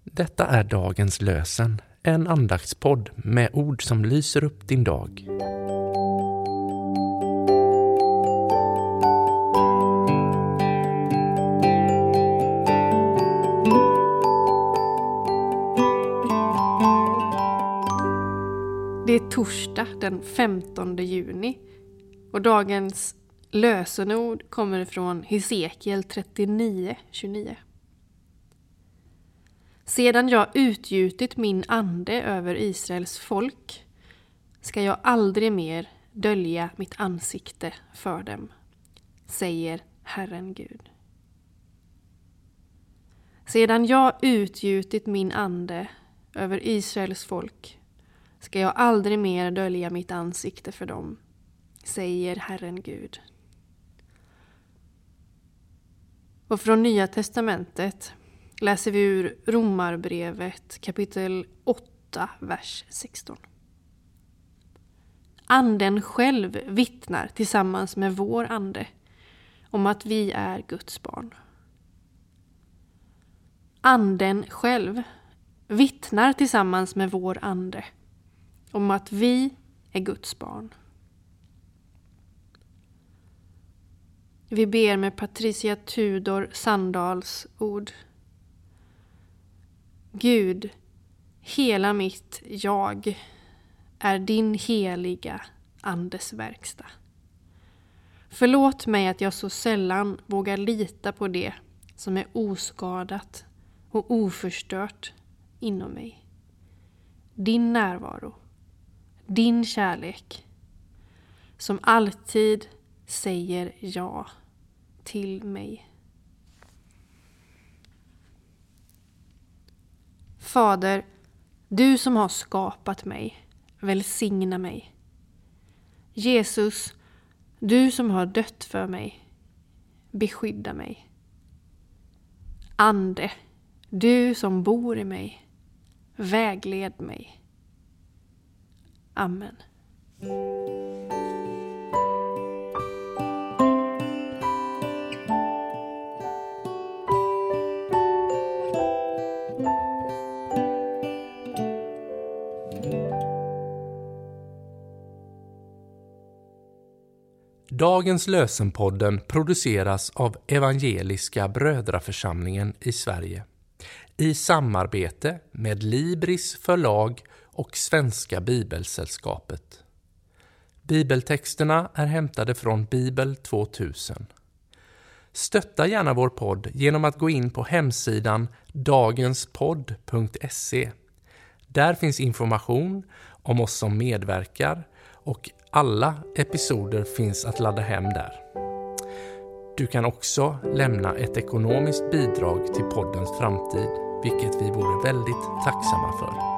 Detta är dagens lösen, en andaktspodd med ord som lyser upp din dag. Det är torsdag den 15 juni och dagens lösenord kommer från Hesekiel 39:29. Sedan jag utgjutit min ande över Israels folk ska jag aldrig mer dölja mitt ansikte för dem, säger Herren Gud. Sedan jag utgjutit min ande över Israels folk ska jag aldrig mer dölja mitt ansikte för dem, säger Herren Gud. Och från Nya testamentet läser vi ur Romarbrevet kapitel 8, vers 16. Anden själv vittnar tillsammans med vår ande om att vi är Guds barn. Anden själv vittnar tillsammans med vår ande om att vi är Guds barn. Vi ber med Patricia Tudor Sandals ord. Gud, hela mitt jag är din heliga andes verkstad. Förlåt mig att jag så sällan vågar lita på det som är oskadat och oförstört inom mig. Din närvaro, din kärlek, som alltid säger ja till mig. Fader, du som har skapat mig, välsigna mig. Jesus, du som har dött för mig, beskydda mig. Ande, du som bor i mig, vägled mig. Amen. Dagens lösenpodden produceras av Evangeliska Brödraförsamlingen i Sverige i samarbete med Libris förlag och Svenska Bibelsällskapet. Bibeltexterna är hämtade från Bibel 2000. Stötta gärna vår podd genom att gå in på hemsidan dagenspodd.se. Där finns information om oss som medverkar och alla episoder finns att ladda hem där. Du kan också lämna ett ekonomiskt bidrag till poddens framtid, vilket vi vore väldigt tacksamma för.